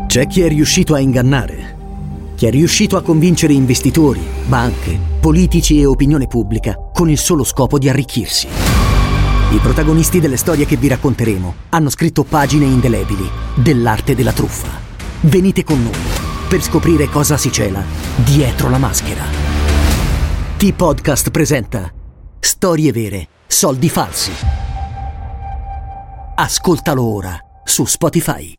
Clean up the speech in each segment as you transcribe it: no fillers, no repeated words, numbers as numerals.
C'è chi è riuscito a ingannare, chi è riuscito a convincere investitori, banche, politici e opinione pubblica con il solo scopo di arricchirsi. I protagonisti delle storie che vi racconteremo hanno scritto pagine indelebili dell'arte della truffa. Venite con noi per scoprire cosa si cela dietro la maschera. T-Podcast presenta Storie vere, soldi falsi. Ascoltalo ora su Spotify.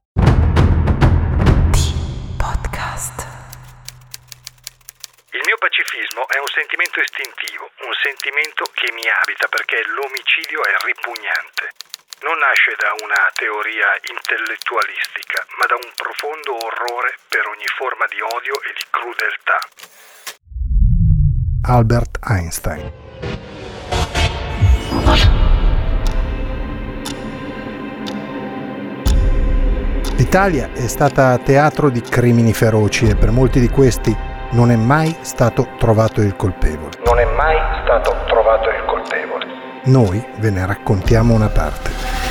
Il mio pacifismo è un sentimento istintivo, un sentimento che mi abita perché l'omicidio è ripugnante. Non nasce da una teoria intellettualistica, ma da un profondo orrore per ogni forma di odio e di crudeltà. Albert Einstein. L'Italia è stata teatro di crimini feroci e per molti di questi non è mai stato trovato il colpevole. Noi ve ne raccontiamo una parte.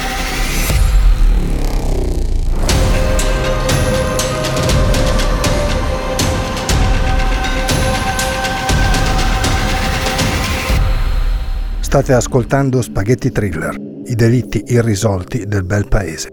State ascoltando Spaghetti Thriller, i delitti irrisolti del bel paese.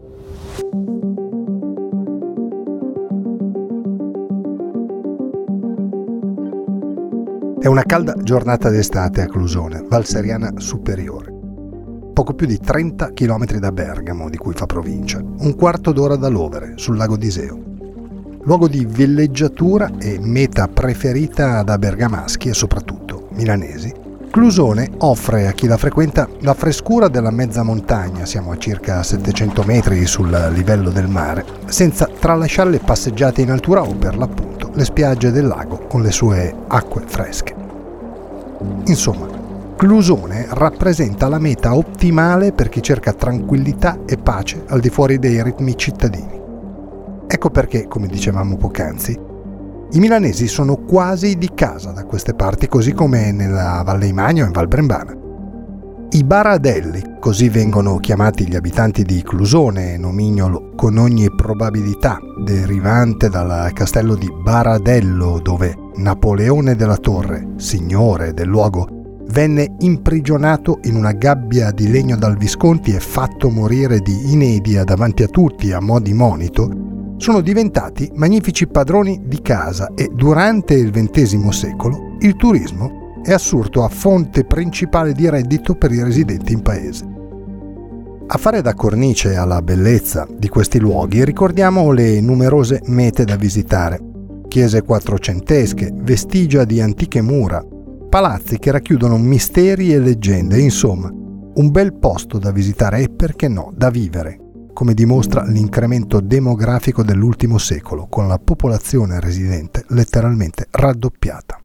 È una calda giornata d'estate a Clusone, Val Seriana Superiore. Poco più di 30 km da Bergamo, di cui fa provincia, un quarto d'ora da Lovere, sul lago d'Iseo. Luogo di villeggiatura e meta preferita da bergamaschi e soprattutto milanesi, Clusone offre a chi la frequenta la frescura della mezza montagna, siamo a circa 700 metri sul livello del mare, senza tralasciare le passeggiate in altura o per l'appunto le spiagge del lago con le sue acque fresche. Insomma, Clusone rappresenta la meta ottimale per chi cerca tranquillità e pace al di fuori dei ritmi cittadini. Ecco perché, come dicevamo poc'anzi, i milanesi sono quasi di casa da queste parti, così come nella Valle Imagno e in Val Brembana. I Baradelli, così vengono chiamati gli abitanti di Clusone, nomignolo con ogni probabilità derivante dal castello di Baradello, dove Napoleone della Torre, signore del luogo, venne imprigionato in una gabbia di legno dal Visconti e fatto morire di inedia davanti a tutti a mo' di monito, sono diventati magnifici padroni di casa e durante il XX secolo il turismo è assurto a fonte principale di reddito per i residenti in paese. A fare da cornice alla bellezza di questi luoghi ricordiamo le numerose mete da visitare, chiese quattrocentesche, vestigia di antiche mura, palazzi che racchiudono misteri e leggende, insomma, un bel posto da visitare e, perché no, da vivere, come dimostra l'incremento demografico dell'ultimo secolo, con la popolazione residente letteralmente raddoppiata.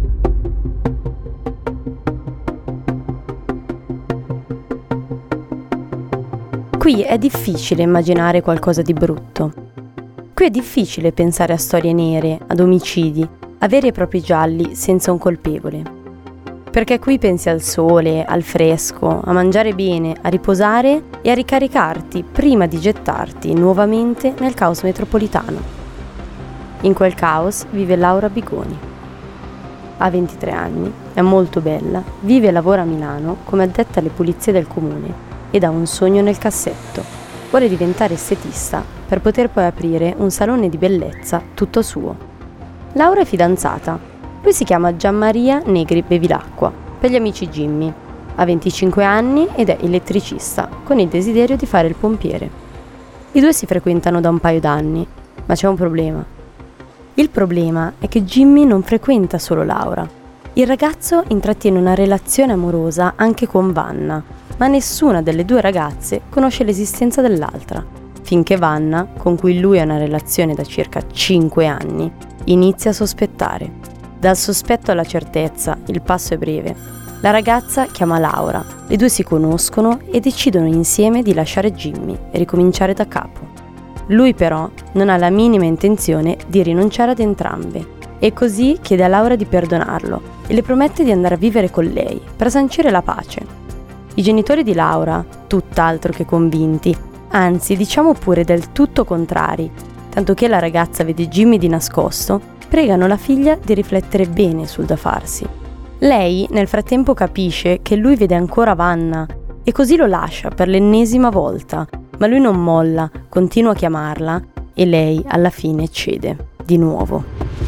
Qui è difficile immaginare qualcosa di brutto. Qui è difficile pensare a storie nere, ad omicidi, a veri e propri gialli senza un colpevole. Perché qui pensi al sole, al fresco, a mangiare bene, a riposare e a ricaricarti prima di gettarti nuovamente nel caos metropolitano. In quel caos vive Laura Bigoni. Ha 23 anni, è molto bella, vive e lavora a Milano come addetta alle pulizie del comune ed ha un sogno nel cassetto. Vuole diventare estetista per poter poi aprire un salone di bellezza tutto suo. Laura è fidanzata. Lui si chiama Gianmaria Negri Bevilacqua, per gli amici Jimmy. Ha 25 anni ed è elettricista, con il desiderio di fare il pompiere. I due si frequentano da un paio d'anni, ma c'è un problema. Il problema è che Jimmy non frequenta solo Laura. Il ragazzo intrattiene una relazione amorosa anche con Vanna, ma nessuna delle due ragazze conosce l'esistenza dell'altra, finché Vanna, con cui lui ha una relazione da circa 5 anni, inizia a sospettare. Dal sospetto alla certezza, il passo è breve. La ragazza chiama Laura, le due si conoscono e decidono insieme di lasciare Jimmy e ricominciare da capo. Lui però non ha la minima intenzione di rinunciare ad entrambe e così chiede a Laura di perdonarlo e le promette di andare a vivere con lei per sancire la pace. I genitori di Laura, tutt'altro che convinti, anzi diciamo pure del tutto contrari, tanto che la ragazza vede Jimmy di nascosto, pregano la figlia di riflettere bene sul da farsi. Lei nel frattempo capisce che lui vede ancora Vanna e così lo lascia per l'ennesima volta, ma lui non molla, continua a chiamarla e lei alla fine cede, di nuovo.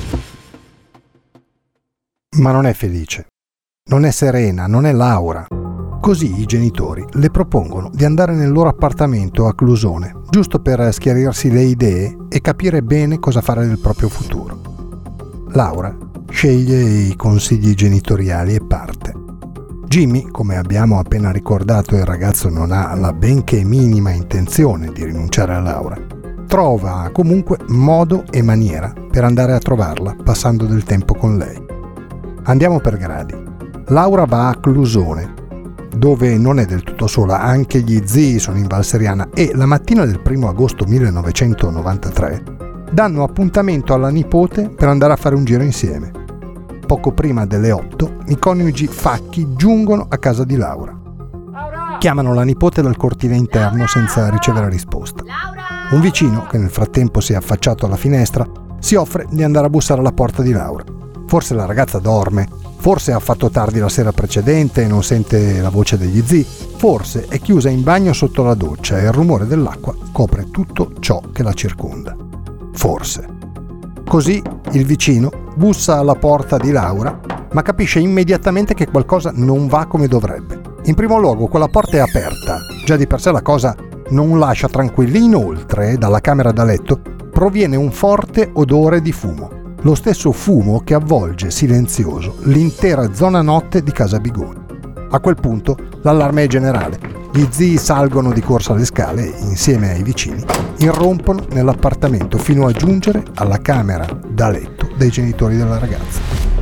Ma non è felice, non è serena, non è Laura. Così i genitori le propongono di andare nel loro appartamento a Clusone, giusto per schiarirsi le idee e capire bene cosa fare del proprio futuro. Laura sceglie i consigli genitoriali e parte. Jimmy, come abbiamo appena ricordato, il ragazzo non ha la benché minima intenzione di rinunciare a Laura. Trova comunque modo e maniera per andare a trovarla passando del tempo con lei. Andiamo per gradi. Laura va a Clusone, dove non è del tutto sola, anche gli zii sono in Val Seriana e la mattina del 1 agosto 1993 danno appuntamento alla nipote per andare a fare un giro insieme. Poco prima delle 8 i coniugi Facchi giungono a casa di Laura. Chiamano la nipote dal cortile interno senza ricevere risposta. Un vicino, che nel frattempo si è affacciato alla finestra, si offre di andare a bussare alla porta di Laura. Forse la ragazza dorme, forse ha fatto tardi la sera precedente e non sente la voce degli zii, forse è chiusa in bagno sotto la doccia e il rumore dell'acqua copre tutto ciò che la circonda. Forse. Così il vicino bussa alla porta di Laura, ma capisce immediatamente che qualcosa non va come dovrebbe. In primo luogo, quella porta è aperta, già di per sé la cosa non lascia tranquilli. Inoltre, dalla camera da letto proviene un forte odore di fumo. Lo stesso fumo che avvolge silenzioso l'intera zona notte di casa Bigoni. A quel punto l'allarme è generale. Gli zii salgono di corsa le scale e, insieme ai vicini, irrompono nell'appartamento fino a giungere alla camera da letto dei genitori della ragazza.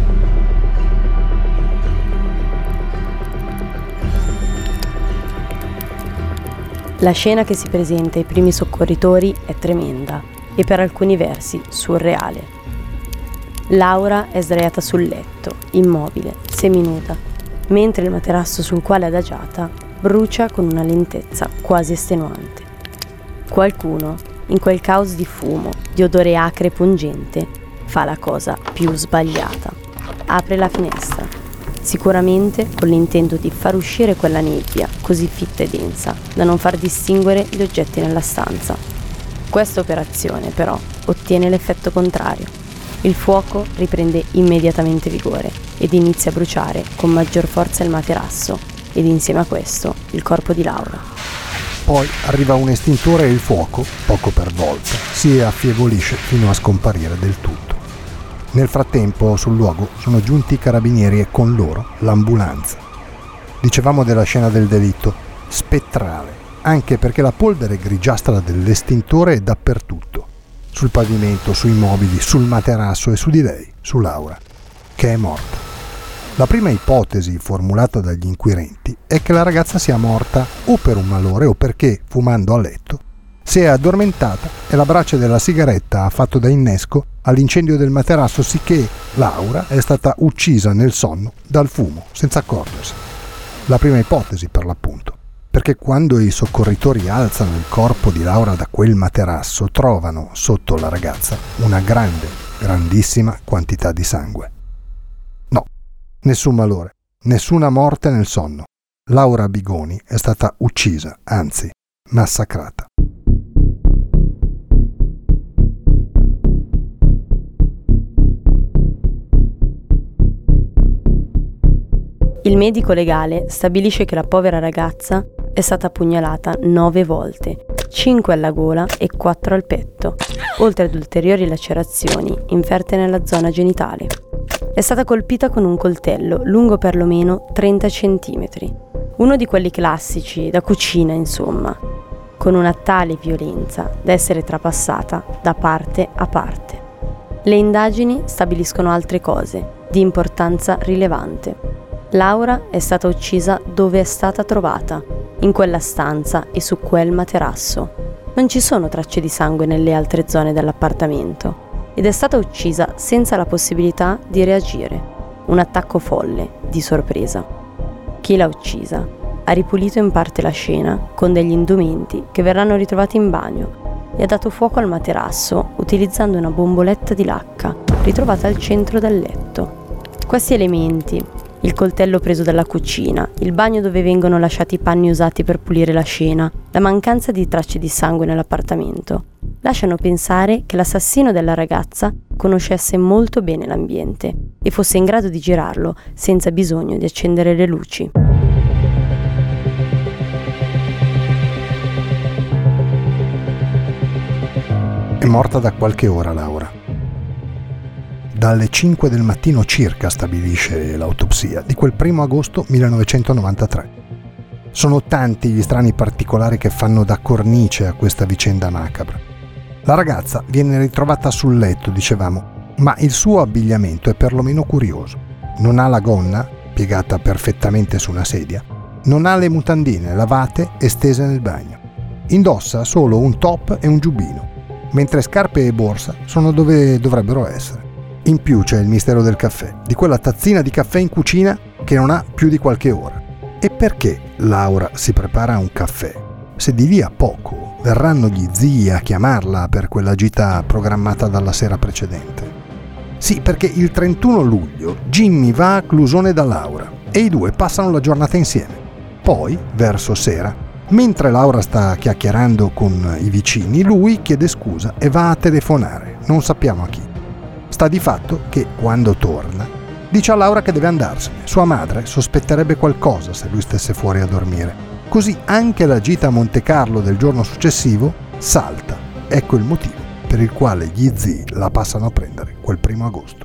La scena che si presenta ai primi soccorritori è tremenda e per alcuni versi surreale. Laura è sdraiata sul letto, immobile, seminuda, mentre il materasso sul quale è adagiata brucia con una lentezza quasi estenuante. Qualcuno, in quel caos di fumo, di odore acre e pungente, fa la cosa più sbagliata. Apre la finestra, sicuramente con l'intento di far uscire quella nebbia così fitta e densa da non far distinguere gli oggetti nella stanza. Questa operazione, però, ottiene l'effetto contrario. Il fuoco riprende immediatamente vigore ed inizia a bruciare con maggior forza il materasso ed insieme a questo il corpo di Laura. Poi arriva un estintore e il fuoco, poco per volta, si affievolisce fino a scomparire del tutto. Nel frattempo sul luogo sono giunti i carabinieri e con loro l'ambulanza. Dicevamo della scena del delitto, spettrale, anche perché la polvere grigiastra dell'estintore è dappertutto. Sul pavimento, sui mobili, sul materasso e su di lei, su Laura, che è morta. La prima ipotesi formulata dagli inquirenti è che la ragazza sia morta o per un malore o perché, fumando a letto, si è addormentata e la brace della sigaretta ha fatto da innesco all'incendio del materasso, sicché Laura è stata uccisa nel sonno dal fumo, senza accorgersi. La prima ipotesi, per l'appunto. Perché quando i soccorritori alzano il corpo di Laura da quel materasso trovano sotto la ragazza una grandissima quantità di sangue. No, nessun malore, nessuna morte nel sonno. Laura Bigoni è stata uccisa, anzi massacrata. Il medico legale stabilisce che la povera ragazza è stata pugnalata 9 volte, 5 alla gola e 4 al petto, oltre ad ulteriori lacerazioni inferte nella zona genitale. È stata colpita con un coltello lungo perlomeno 30 centimetri, uno di quelli classici da cucina, insomma, con una tale violenza da essere trapassata da parte a parte. Le indagini stabiliscono altre cose di importanza rilevante. Laura è stata uccisa dove è stata trovata, in quella stanza e su quel materasso. Non ci sono tracce di sangue nelle altre zone dell'appartamento ed è stata uccisa senza la possibilità di reagire. Un attacco folle, di sorpresa. Chi l'ha uccisa ha ripulito in parte la scena con degli indumenti che verranno ritrovati in bagno, e ha dato fuoco al materasso utilizzando una bomboletta di lacca ritrovata al centro del letto. Questi elementi, il coltello preso dalla cucina, il bagno dove vengono lasciati i panni usati per pulire la scena, la mancanza di tracce di sangue nell'appartamento, lasciano pensare che l'assassino della ragazza conoscesse molto bene l'ambiente e fosse in grado di girarlo senza bisogno di accendere le luci. È morta da qualche ora Laura. Dalle 5 del mattino circa, stabilisce l'autopsia, di quel 1 agosto 1993. Sono tanti gli strani particolari che fanno da cornice a questa vicenda macabra. La ragazza viene ritrovata sul letto, dicevamo, ma il suo abbigliamento è perlomeno curioso. Non ha la gonna, piegata perfettamente su una sedia, non ha le mutandine lavate e stese nel bagno. Indossa solo un top e un giubbino, mentre scarpe e borsa sono dove dovrebbero essere. In più c'è il mistero del caffè, di quella tazzina di caffè in cucina che non ha più di qualche ora. E perché Laura si prepara un caffè? Se di lì a poco verranno gli zii a chiamarla per quella gita programmata dalla sera precedente. Sì, perché il 31 luglio Jimmy va a Clusone da Laura e i due passano la giornata insieme. Poi, verso sera, mentre Laura sta chiacchierando con i vicini, lui chiede scusa e va a telefonare, non sappiamo a chi. Sta di fatto che, quando torna, dice a Laura che deve andarsene. Sua madre sospetterebbe qualcosa se lui stesse fuori a dormire. Così anche la gita a Monte Carlo del giorno successivo salta. Ecco il motivo per il quale gli zii la passano a prendere quel 1 agosto.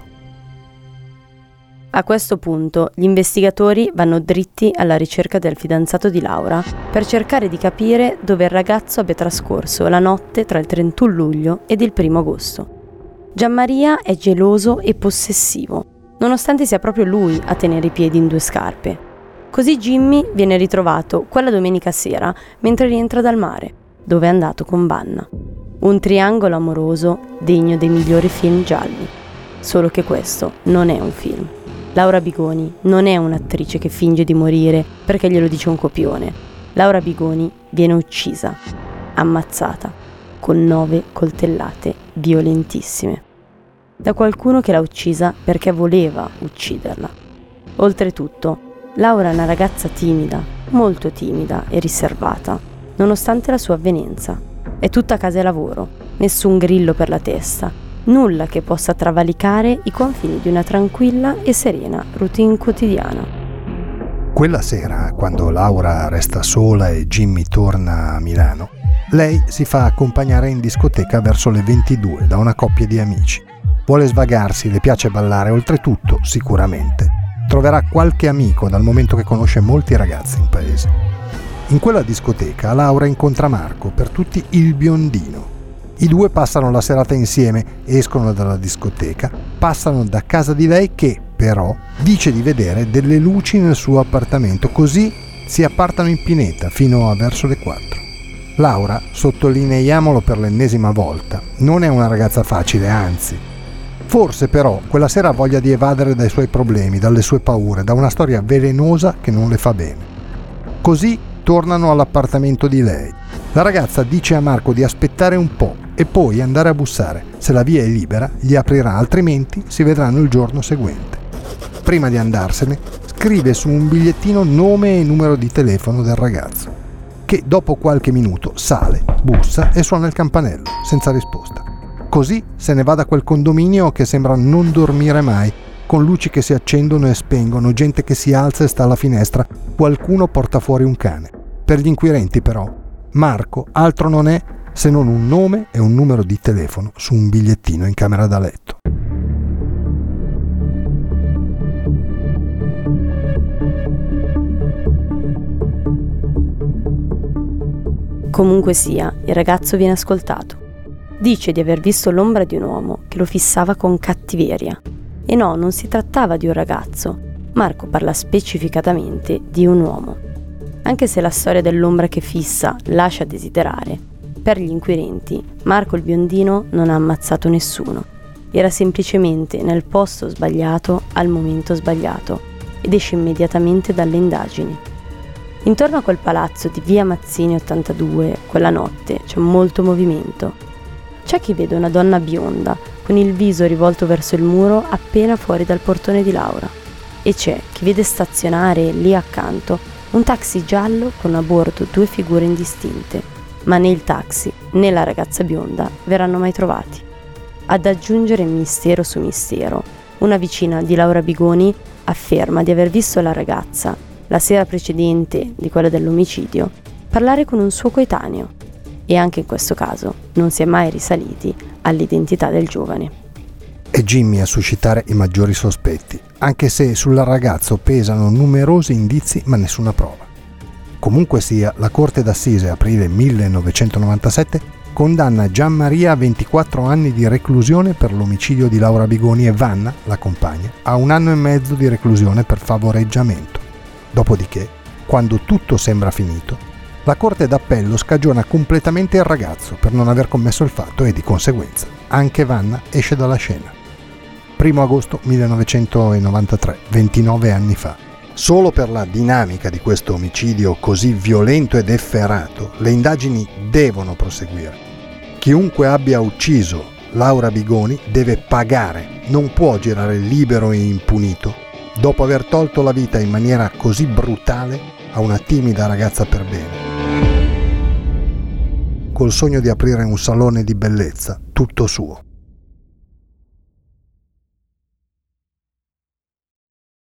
A questo punto gli investigatori vanno dritti alla ricerca del fidanzato di Laura per cercare di capire dove il ragazzo abbia trascorso la notte tra il 31 luglio ed il 1 agosto. Gianmaria è geloso e possessivo, nonostante sia proprio lui a tenere i piedi in 2 scarpe. Così Jimmy viene ritrovato quella domenica sera mentre rientra dal mare, dove è andato con Vanna. Un triangolo amoroso degno dei migliori film gialli. Solo che questo non è un film. Laura Bigoni non è un'attrice che finge di morire perché glielo dice un copione. Laura Bigoni viene uccisa, ammazzata, con 9 coltellate violentissime. Da qualcuno che l'ha uccisa perché voleva ucciderla. Oltretutto, Laura è una ragazza timida, molto timida e riservata, nonostante la sua avvenenza. È tutta casa e lavoro, nessun grillo per la testa, nulla che possa travalicare i confini di una tranquilla e serena routine quotidiana. Quella sera, quando Laura resta sola e Jimmy torna a Milano, lei si fa accompagnare in discoteca verso le 22 da una coppia di amici. Vuole svagarsi, le piace ballare, oltretutto, sicuramente, troverà qualche amico dal momento che conosce molti ragazzi in paese. In quella discoteca Laura incontra Marco, per tutti il biondino. I due passano la serata insieme, escono dalla discoteca, passano da casa di lei che, però, dice di vedere delle luci nel suo appartamento, così si appartano in pineta fino a verso le 4. Laura, sottolineiamolo per l'ennesima volta, non è una ragazza facile, anzi. Forse però quella sera ha voglia di evadere dai suoi problemi, dalle sue paure, da una storia velenosa che non le fa bene. Così tornano all'appartamento di lei. La ragazza dice a Marco di aspettare un po' e poi andare a bussare. Se la via è libera, gli aprirà, altrimenti si vedranno il giorno seguente. Prima di andarsene, scrive su un bigliettino nome e numero di telefono del ragazzo, che dopo qualche minuto sale, bussa e suona il campanello, senza risposta. Così se ne va da quel condominio che sembra non dormire mai, con luci che si accendono e spengono, gente che si alza e sta alla finestra, qualcuno porta fuori un cane. Per gli inquirenti però, Marco altro non è se non un nome e un numero di telefono su un bigliettino in camera da letto. Comunque sia, il ragazzo viene ascoltato. Dice di aver visto l'ombra di un uomo che lo fissava con cattiveria. E no, non si trattava di un ragazzo. Marco parla specificatamente di un uomo. Anche se la storia dell'ombra che fissa lascia desiderare, per gli inquirenti Marco il biondino non ha ammazzato nessuno. Era semplicemente nel posto sbagliato al momento sbagliato ed esce immediatamente dalle indagini. Intorno a quel palazzo di via Mazzini 82, quella notte, c'è molto movimento. C'è chi vede una donna bionda, con il viso rivolto verso il muro appena fuori dal portone di Laura. E c'è chi vede stazionare lì accanto un taxi giallo con a bordo 2 figure indistinte, ma né il taxi né la ragazza bionda verranno mai trovati. Ad aggiungere mistero su mistero, una vicina di Laura Bigoni afferma di aver visto la ragazza, la sera precedente di quella dell'omicidio, parlare con un suo coetaneo, e anche in questo caso non si è mai risaliti all'identità del giovane. È Jimmy a suscitare i maggiori sospetti, anche se sul ragazzo pesano numerosi indizi ma nessuna prova. Comunque sia, la Corte d'Assise, aprile 1997, condanna Gianmaria a 24 anni di reclusione per l'omicidio di Laura Bigoni e Vanna, la compagna, a 1 anno e mezzo di reclusione per favoreggiamento. Dopodiché, quando tutto sembra finito, la Corte d'Appello scagiona completamente il ragazzo per non aver commesso il fatto e, di conseguenza, anche Vanna esce dalla scena. 1 agosto 1993, 29 anni fa. Solo per la dinamica di questo omicidio così violento ed efferato, le indagini devono proseguire. Chiunque abbia ucciso Laura Bigoni deve pagare, non può girare libero e impunito dopo aver tolto la vita in maniera così brutale a una timida ragazza per bene. Col sogno di aprire un salone di bellezza tutto suo.